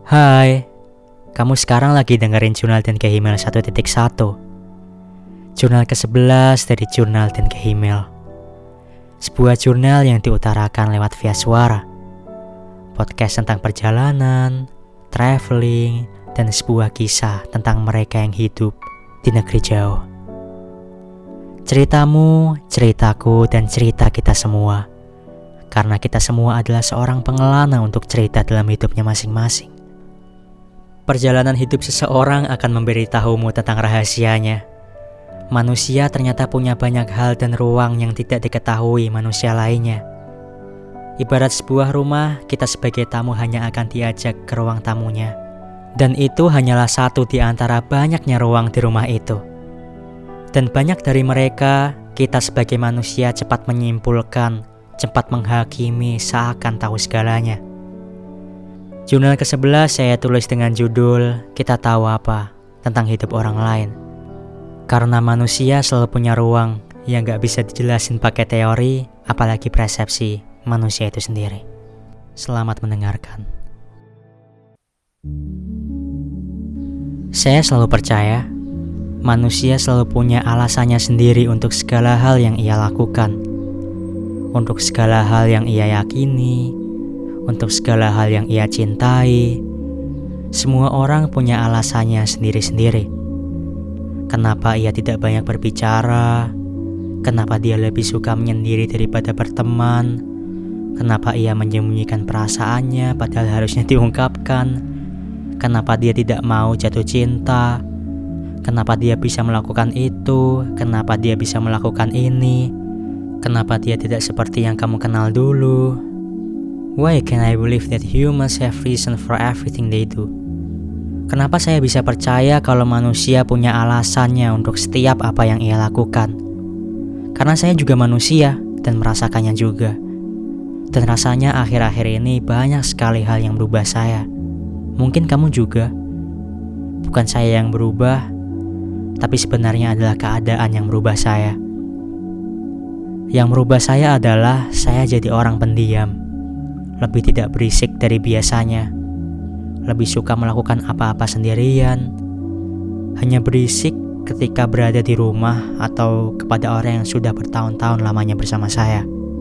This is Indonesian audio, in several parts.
Hai, kamu sekarang lagi dengerin Jurnal dan Gehimel 1.1. Jurnal ke-11 dari Jurnal dan Gehimel. Sebuah jurnal yang diutarakan lewat via suara. Podcast tentang perjalanan, traveling, dan sebuah kisah tentang mereka yang hidup di negeri jauh. Ceritamu, ceritaku, dan cerita kita semua. Karena kita semua adalah seorang pengelana untuk cerita dalam hidupnya masing-masing. Perjalanan hidup seseorang akan memberitahumu tentang rahasianya. Manusia ternyata punya banyak hal dan ruang yang tidak diketahui manusia lainnya. Ibarat sebuah rumah, kita sebagai tamu hanya akan diajak ke ruang tamunya. Dan itu hanyalah satu di antara banyaknya ruang di rumah itu. Dan banyak dari mereka, kita sebagai manusia cepat menyimpulkan, cepat menghakimi seakan tahu segalanya. Jurnal ke-11 saya tulis dengan judul Kita Tahu Apa tentang hidup orang lain. Karena manusia selalu punya ruang yang gak bisa dijelasin pakai teori, apalagi persepsi manusia itu sendiri. Selamat mendengarkan. Saya selalu percaya, manusia selalu punya alasannya sendiri untuk segala hal yang ia lakukan. Untuk segala hal yang ia yakini, untuk segala hal yang ia cintai. Semua orang punya alasannya sendiri-sendiri. Kenapa ia tidak banyak berbicara? Kenapa dia lebih suka menyendiri daripada berteman? Kenapa ia menyembunyikan perasaannya padahal harusnya diungkapkan? Kenapa dia tidak mau jatuh cinta? Kenapa dia bisa melakukan itu? Kenapa dia bisa melakukan ini? Kenapa dia tidak seperti yang kamu kenal dulu? Why can I believe that humans have reason for everything they do? Kenapa saya bisa percaya kalau manusia punya alasannya untuk setiap apa yang ia lakukan? Karena saya juga manusia dan merasakannya juga. Dan rasanya akhir-akhir ini banyak sekali hal yang berubah saya. Mungkin kamu juga. Bukan saya yang berubah, tapi sebenarnya adalah keadaan yang merubah saya. Yang merubah saya adalah saya jadi orang pendiam. Lebih tidak berisik dari biasanya. Lebih suka melakukan apa-apa sendirian. Hanya berisik ketika berada di rumah atau kepada orang yang sudah bertahun-tahun lamanya bersama saya.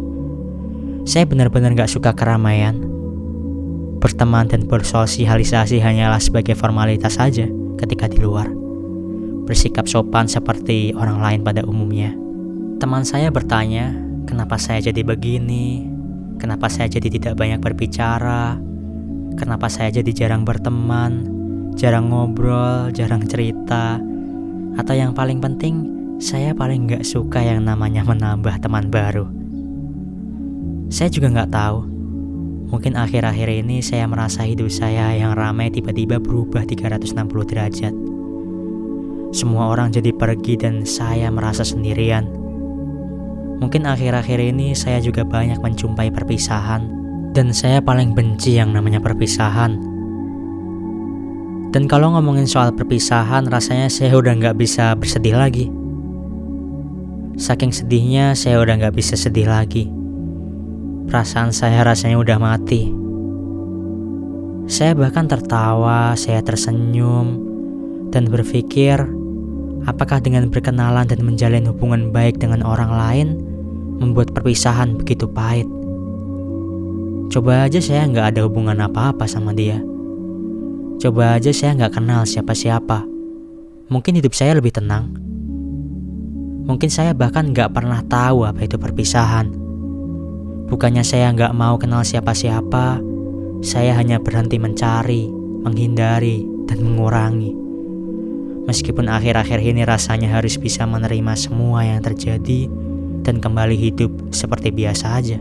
Saya benar-benar gak suka keramaian. Berteman dan bersosialisasi hanyalah sebagai formalitas saja ketika di luar. Bersikap sopan seperti orang lain pada umumnya. Teman saya bertanya, kenapa saya jadi begini? Kenapa saya jadi tidak banyak berbicara? Kenapa saya jadi jarang berteman, jarang ngobrol, jarang cerita? Atau yang paling penting, saya paling gak suka yang namanya menambah teman baru. Saya juga gak tahu. Mungkin akhir-akhir ini saya merasa hidup saya yang ramai tiba-tiba berubah 360 derajat. Semua orang jadi pergi dan saya merasa sendirian. Mungkin akhir-akhir ini saya juga banyak menjumpai perpisahan. Dan saya paling benci yang namanya perpisahan. Dan kalau ngomongin soal perpisahan, rasanya saya udah gak bisa bersedih lagi. Saking sedihnya saya udah gak bisa sedih lagi. Perasaan saya rasanya udah mati. Saya bahkan tertawa, saya tersenyum, dan berpikir, apakah dengan berkenalan dan menjalin hubungan baik dengan orang lain membuat perpisahan begitu pahit? Coba aja saya gak ada hubungan apa-apa sama dia. Coba aja saya gak kenal siapa-siapa. Mungkin hidup saya lebih tenang. Mungkin saya bahkan gak pernah tahu apa itu perpisahan. Bukannya saya gak mau kenal siapa-siapa, saya hanya berhenti mencari, menghindari, dan mengurangi. Meskipun akhir-akhir ini rasanya harus bisa menerima semua yang terjadi dan kembali hidup seperti biasa aja.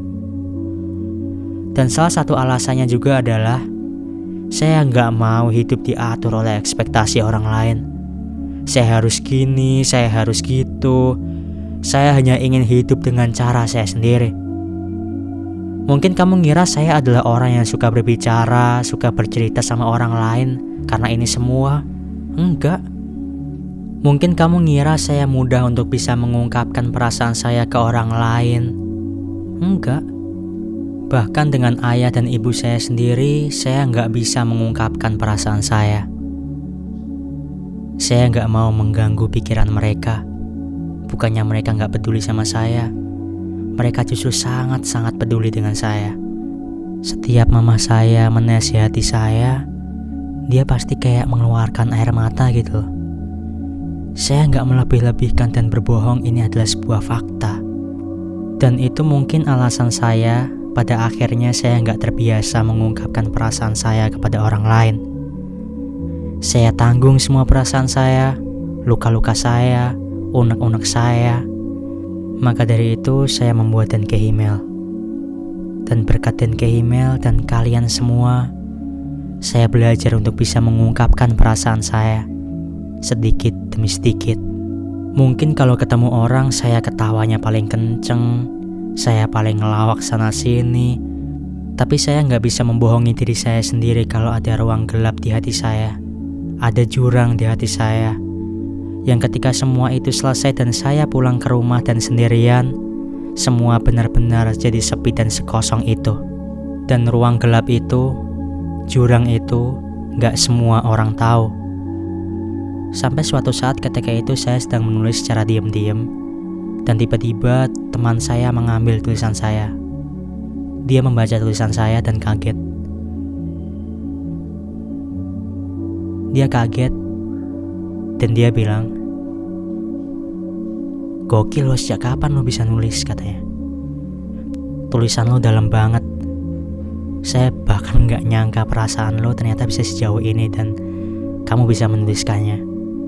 Dan salah satu alasannya juga adalah saya gak mau hidup diatur oleh ekspektasi orang lain. Saya harus gini, saya harus gitu. Saya hanya ingin hidup dengan cara saya sendiri. Mungkin kamu ngira saya adalah orang yang suka berbicara, suka bercerita sama orang lain karena ini semua. Enggak. Mungkin kamu ngira saya mudah untuk bisa mengungkapkan perasaan saya ke orang lain. Enggak. Bahkan dengan ayah dan ibu saya sendiri, saya nggak bisa mengungkapkan perasaan saya. Saya nggak mau mengganggu pikiran mereka. Bukannya mereka nggak peduli sama saya, mereka justru sangat-sangat peduli dengan saya. Setiap mama saya menasihati saya, dia pasti kayak mengeluarkan air mata gitu. Saya nggak melebih-lebihkan dan berbohong, ini adalah sebuah fakta. Dan itu mungkin alasan saya, pada akhirnya saya nggak terbiasa mengungkapkan perasaan saya kepada orang lain. Saya tanggung semua perasaan saya, luka-luka saya, unek-unek saya. Maka dari itu saya membuat Denke Email. Dan berkat Denke Email dan kalian semua, saya belajar untuk bisa mengungkapkan perasaan saya sedikit demi sedikit. Mungkin kalau ketemu orang saya ketawanya paling kenceng, saya paling ngelawak sana sini, tapi saya nggak bisa membohongi diri saya sendiri kalau ada ruang gelap di hati saya, ada jurang di hati saya, yang ketika semua itu selesai dan saya pulang ke rumah dan sendirian, semua benar-benar jadi sepi dan sekosong itu. Dan ruang gelap itu, jurang itu, gak semua orang tahu. Sampai suatu saat ketika itu saya sedang menulis secara diam-diam, dan tiba-tiba teman saya mengambil tulisan saya. Dia membaca tulisan saya dan kaget. Dia kaget, dan dia bilang, "Gokil lo, sejak kapan lo bisa nulis?" katanya. "Tulisan lo dalam banget. Saya bahkan gak nyangka perasaan lo ternyata bisa sejauh ini dan kamu bisa menuliskannya."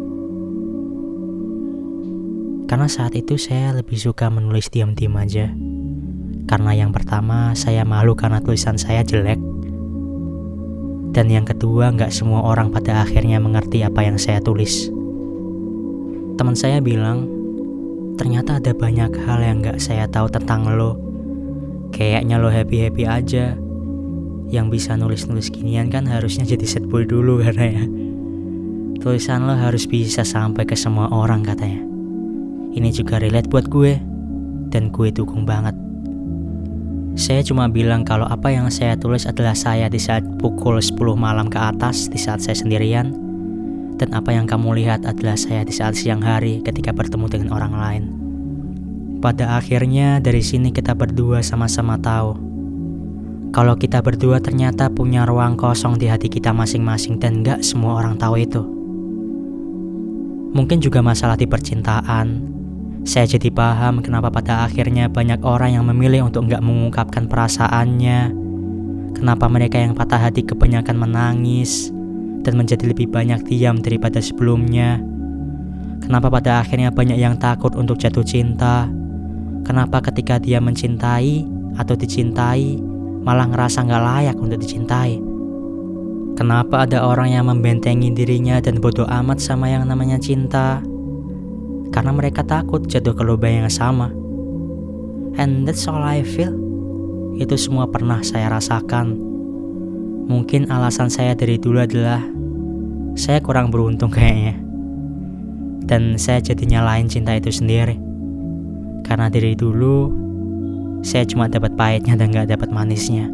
Karena saat itu saya lebih suka menulis diam-diam aja. Karena yang pertama, saya malu karena tulisan saya jelek. Dan yang kedua, gak semua orang pada akhirnya mengerti apa yang saya tulis. Teman saya bilang, ternyata ada banyak hal yang gak saya tahu tentang lo. Kayaknya lo happy-happy aja. Yang bisa nulis-nulis ginian kan harusnya jadi sad boy dulu katanya. Tulisan lo harus bisa sampai ke semua orang katanya. Ini juga relate buat gue, dan gue dukung banget. Saya cuma bilang kalau apa yang saya tulis adalah saya di saat pukul 10 malam ke atas di saat saya sendirian, dan apa yang kamu lihat adalah saya di saat siang hari ketika bertemu dengan orang lain. Pada akhirnya dari sini kita berdua sama-sama tahu kalau kita berdua ternyata punya ruang kosong di hati kita masing-masing dan gak semua orang tahu itu. Mungkin juga masalah di percintaan. Saya jadi paham kenapa pada akhirnya banyak orang yang memilih untuk gak mengungkapkan perasaannya. Kenapa mereka yang patah hati kebanyakan menangis dan menjadi lebih banyak diam daripada sebelumnya. Kenapa pada akhirnya banyak yang takut untuk jatuh cinta. Kenapa ketika dia mencintai atau dicintai malah ngerasa gak layak untuk dicintai. Kenapa ada orang yang membentengi dirinya dan bodoh amat sama yang namanya cinta. Karena mereka takut jatuh ke lubang yang sama. And that's all I feel. Itu semua pernah saya rasakan. Mungkin alasan saya dari dulu adalah saya kurang beruntung kayaknya. Dan saya jadi nyalain cinta itu sendiri. Karena dari dulu saya cuma dapat pahitnya dan gak dapat manisnya.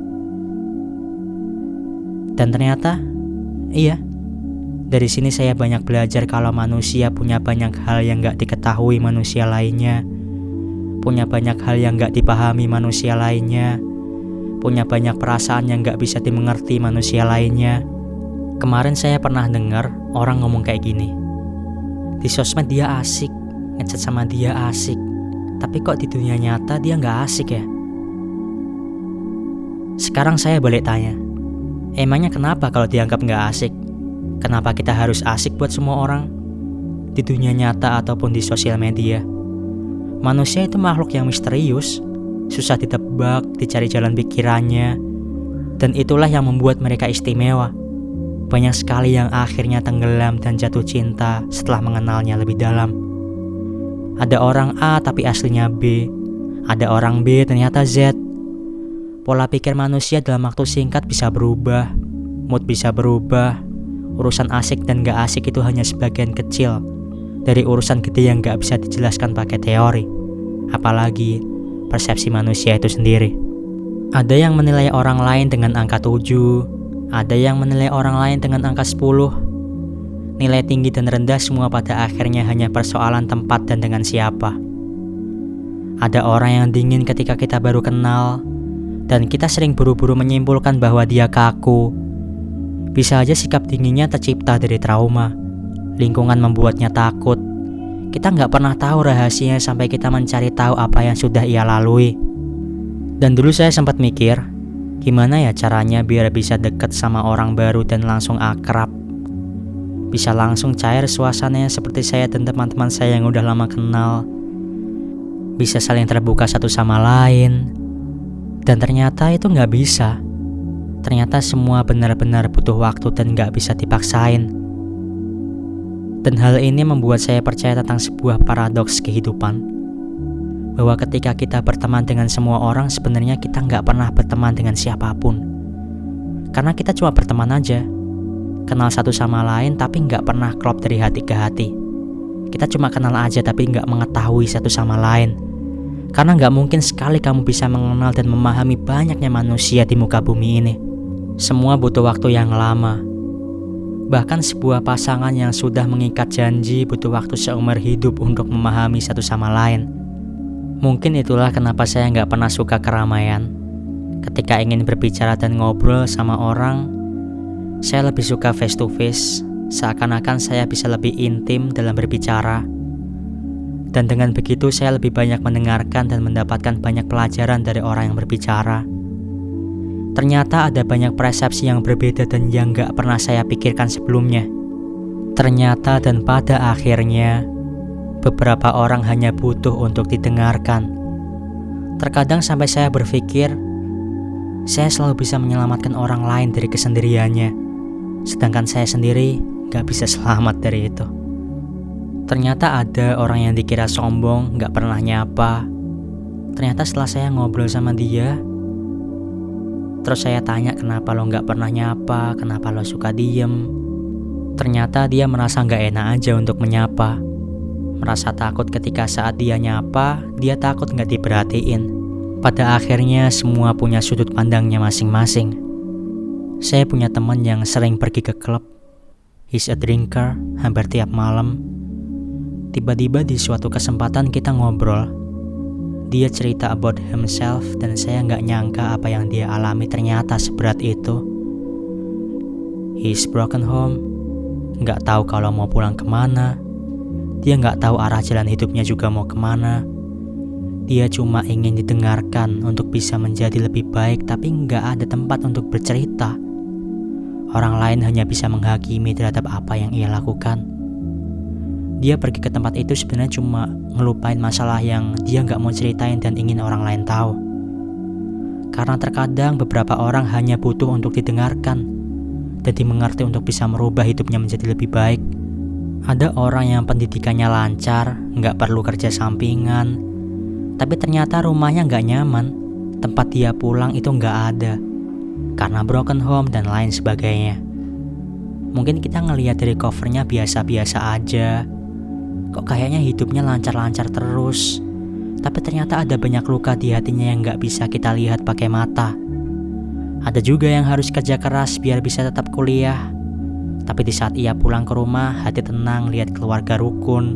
Dan ternyata, iya, dari sini saya banyak belajar kalau manusia punya banyak hal yang gak diketahui manusia lainnya, punya banyak hal yang gak dipahami manusia lainnya, punya banyak perasaan yang gak bisa dimengerti manusia lainnya. Kemarin saya pernah dengar orang ngomong kayak gini, di sosmed dia asik, ngechat sama dia asik, tapi kok di dunia nyata dia gak asik ya? Sekarang saya balik tanya, emangnya kenapa kalau dianggap gak asik? Kenapa kita harus asik buat semua orang? Di dunia nyata ataupun di sosial media. Manusia itu makhluk yang misterius, susah ditebak, dicari jalan pikirannya. Dan itulah yang membuat mereka istimewa. Banyak sekali yang akhirnya tenggelam dan jatuh cinta setelah mengenalnya lebih dalam. Ada orang A tapi aslinya B. Ada orang B ternyata Z. Pola pikir manusia dalam waktu singkat bisa berubah. Mood bisa berubah. Urusan asik dan gak asik itu hanya sebagian kecil dari urusan gede yang gak bisa dijelaskan pakai teori, apalagi persepsi manusia itu sendiri. Ada yang menilai orang lain dengan angka 7, ada yang menilai orang lain dengan angka 10. Nilai tinggi dan rendah semua pada akhirnya hanya persoalan tempat dan dengan siapa. Ada orang yang dingin ketika kita baru kenal, dan kita sering buru-buru menyimpulkan bahwa dia kaku. Bisa aja sikap dinginnya tercipta dari trauma. Lingkungan membuatnya takut. Kita nggak pernah tahu rahasianya sampai kita mencari tahu apa yang sudah ia lalui. Dan dulu saya sempat mikir, gimana ya caranya biar bisa deket sama orang baru dan langsung akrab. Bisa langsung cair suasananya seperti saya dan teman-teman saya yang udah lama kenal. Bisa saling terbuka satu sama lain. Dan ternyata itu nggak bisa. Ternyata semua benar-benar butuh waktu dan nggak bisa dipaksain. Dan hal ini membuat saya percaya tentang sebuah paradoks kehidupan. Bahwa ketika kita berteman dengan semua orang, sebenarnya kita nggak pernah berteman dengan siapapun. Karena kita cuma berteman aja. Kenal satu sama lain tapi nggak pernah klop dari hati ke hati. Kita cuma kenal aja tapi nggak mengetahui satu sama lain. Karena nggak mungkin sekali kamu bisa mengenal dan memahami banyaknya manusia di muka bumi ini. Semua butuh waktu yang lama. Bahkan sebuah pasangan yang sudah mengikat janji butuh waktu seumur hidup untuk memahami satu sama lain. Mungkin itulah kenapa saya nggak pernah suka keramaian. Ketika ingin berbicara dan ngobrol sama orang, saya lebih suka face to face. Seakan-akan saya bisa lebih intim dalam berbicara. Dan dengan begitu saya lebih banyak mendengarkan dan mendapatkan banyak pelajaran dari orang yang berbicara. Ternyata ada banyak persepsi yang berbeda dan yang gak pernah saya pikirkan sebelumnya. Ternyata dan pada akhirnya, beberapa orang hanya butuh untuk didengarkan. Terkadang sampai saya berpikir, saya selalu bisa menyelamatkan orang lain dari kesendiriannya. Sedangkan saya sendiri gak bisa selamat dari itu. Ternyata ada orang yang dikira sombong, gak pernah nyapa. Ternyata setelah saya ngobrol sama dia, terus saya tanya kenapa lo gak pernah nyapa, kenapa lo suka diem. Ternyata dia merasa gak enak aja untuk menyapa. Merasa takut ketika saat dia nyapa, dia takut gak diperhatiin. Pada akhirnya semua punya sudut pandangnya masing-masing. Saya punya teman yang sering pergi ke klub. He's a drinker, hampir tiap malam. Tiba-tiba di suatu kesempatan kita ngobrol. Dia cerita about himself dan saya nggak nyangka apa yang dia alami ternyata seberat itu. He's broken home, nggak tahu kalau mau pulang kemana. Dia nggak tahu arah jalan hidupnya juga mau kemana. Dia cuma ingin didengarkan untuk bisa menjadi lebih baik, tapi nggak ada tempat untuk bercerita. Orang lain hanya bisa menghakimi terhadap apa yang ia lakukan. Dia pergi ke tempat itu sebenarnya cuma ngelupain masalah yang dia gak mau ceritain dan ingin orang lain tahu. Karena terkadang beberapa orang hanya butuh untuk didengarkan dan dimengerti untuk bisa merubah hidupnya menjadi lebih baik. Ada orang yang pendidikannya lancar, gak perlu kerja sampingan, tapi ternyata rumahnya gak nyaman, tempat dia pulang itu gak ada, karena broken home dan lain sebagainya. Mungkin kita ngelihat dari covernya biasa-biasa aja. Kok kayaknya hidupnya lancar-lancar terus. Tapi ternyata ada banyak luka di hatinya yang gak bisa kita lihat pakai mata. Ada juga yang harus kerja keras biar bisa tetap kuliah. Tapi di saat ia pulang ke rumah, hati tenang lihat keluarga rukun.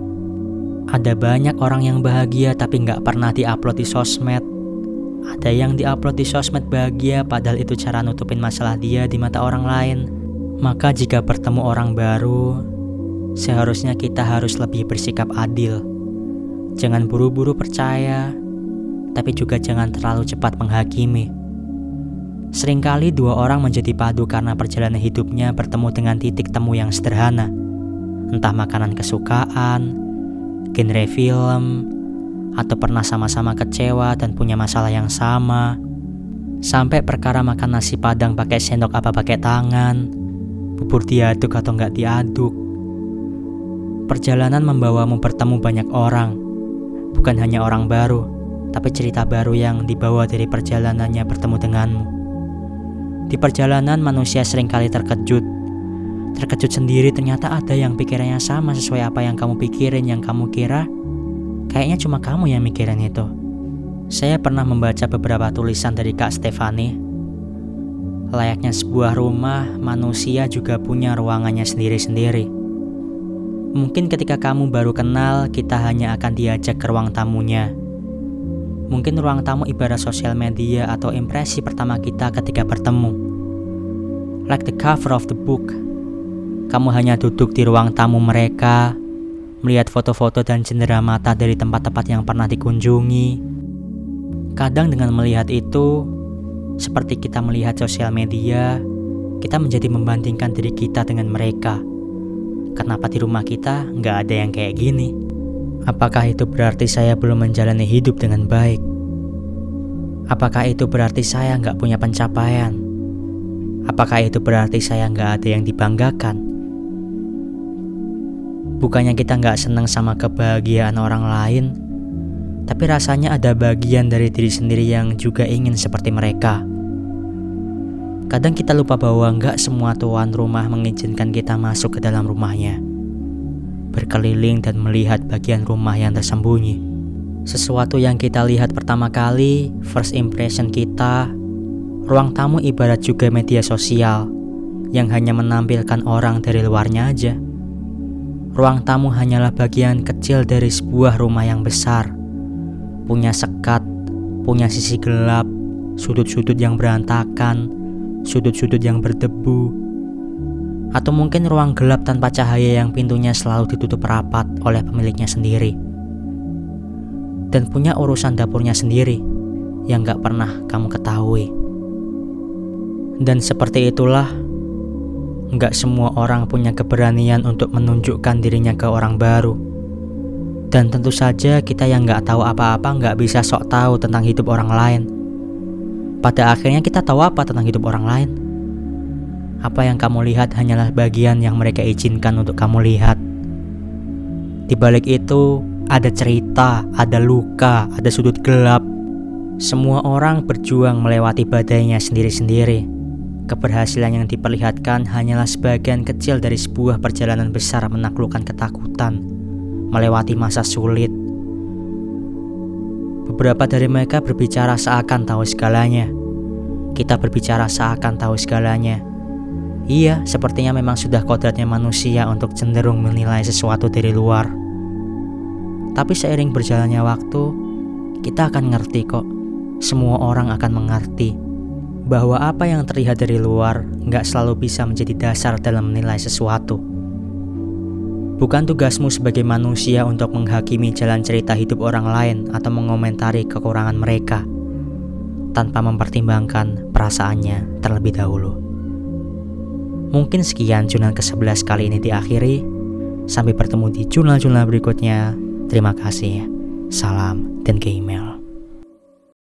Ada banyak orang yang bahagia tapi gak pernah diupload di sosmed. Ada yang diupload di sosmed bahagia padahal itu cara nutupin masalah dia di mata orang lain. Maka jika bertemu orang baru, seharusnya kita harus lebih bersikap adil. Jangan buru-buru percaya, tapi juga jangan terlalu cepat menghakimi. Seringkali dua orang menjadi padu karena perjalanan hidupnya bertemu dengan titik temu yang sederhana. Entah makanan kesukaan, genre film, atau pernah sama-sama kecewa dan punya masalah yang sama. Sampai perkara makan nasi padang pakai sendok apa pakai tangan, bubur diaduk atau nggak diaduk. Perjalanan membawamu bertemu banyak orang, bukan hanya orang baru, tapi cerita baru yang dibawa dari perjalanannya bertemu denganmu. Di perjalanan manusia seringkali terkejut sendiri ternyata ada yang pikirannya sama sesuai apa yang kamu pikirin, yang kamu kira kayaknya cuma kamu yang mikirin itu. Saya pernah membaca beberapa tulisan dari Kak Stefani. Layaknya sebuah rumah, manusia juga punya ruangannya sendiri-sendiri. Mungkin ketika kamu baru kenal, kita hanya akan diajak ke ruang tamunya. Mungkin ruang tamu ibarat sosial media atau impresi pertama kita ketika bertemu. Like the cover of the book. Kamu hanya duduk di ruang tamu mereka, melihat foto-foto dan cendera mata dari tempat-tempat yang pernah dikunjungi. Kadang dengan melihat itu, seperti kita melihat sosial media, kita menjadi membandingkan diri kita dengan mereka. Kenapa di rumah kita nggak ada yang kayak gini? Apakah itu berarti saya belum menjalani hidup dengan baik? Apakah itu berarti saya nggak punya pencapaian? Apakah itu berarti saya nggak ada yang dibanggakan? Bukannya kita nggak senang sama kebahagiaan orang lain, tapi rasanya ada bagian dari diri sendiri yang juga ingin seperti mereka. Kadang kita lupa bahwa nggak semua tuan rumah mengizinkan kita masuk ke dalam rumahnya, berkeliling dan melihat bagian rumah yang tersembunyi. Sesuatu yang kita lihat pertama kali, first impression kita, ruang tamu ibarat juga media sosial yang hanya menampilkan orang dari luarnya aja. Ruang tamu hanyalah bagian kecil dari sebuah rumah yang besar. Punya sekat, punya sisi gelap, sudut-sudut yang berantakan, sudut-sudut yang berdebu, atau mungkin ruang gelap tanpa cahaya yang pintunya selalu ditutup rapat oleh pemiliknya sendiri. Dan punya urusan dapurnya sendiri yang gak pernah kamu ketahui. Dan seperti itulah, gak semua orang punya keberanian untuk menunjukkan dirinya ke orang baru. Dan tentu saja kita yang gak tahu apa-apa gak bisa sok tahu tentang hidup orang lain. Pada akhirnya kita tahu apa tentang hidup orang lain? Apa yang kamu lihat hanyalah bagian yang mereka izinkan untuk kamu lihat. Di balik itu, ada cerita, ada luka, ada sudut gelap. Semua orang berjuang melewati badainya sendiri-sendiri. Keberhasilan yang diperlihatkan hanyalah sebagian kecil dari sebuah perjalanan besar menaklukkan ketakutan, melewati masa sulit. Beberapa dari mereka berbicara seakan tahu segalanya. Kita berbicara seakan tahu segalanya. Iya, sepertinya memang sudah kodratnya manusia untuk cenderung menilai sesuatu dari luar. Tapi seiring berjalannya waktu, kita akan ngerti kok. Semua orang akan mengerti bahwa apa yang terlihat dari luar nggak selalu bisa menjadi dasar dalam menilai sesuatu. Bukan tugasmu sebagai manusia untuk menghakimi jalan cerita hidup orang lain atau mengomentari kekurangan mereka tanpa mempertimbangkan perasaannya terlebih dahulu. Mungkin sekian jurnal ke-11 kali ini diakhiri. Sampai bertemu di jurnal-jurnal berikutnya. Terima kasih. Salam dan ke email.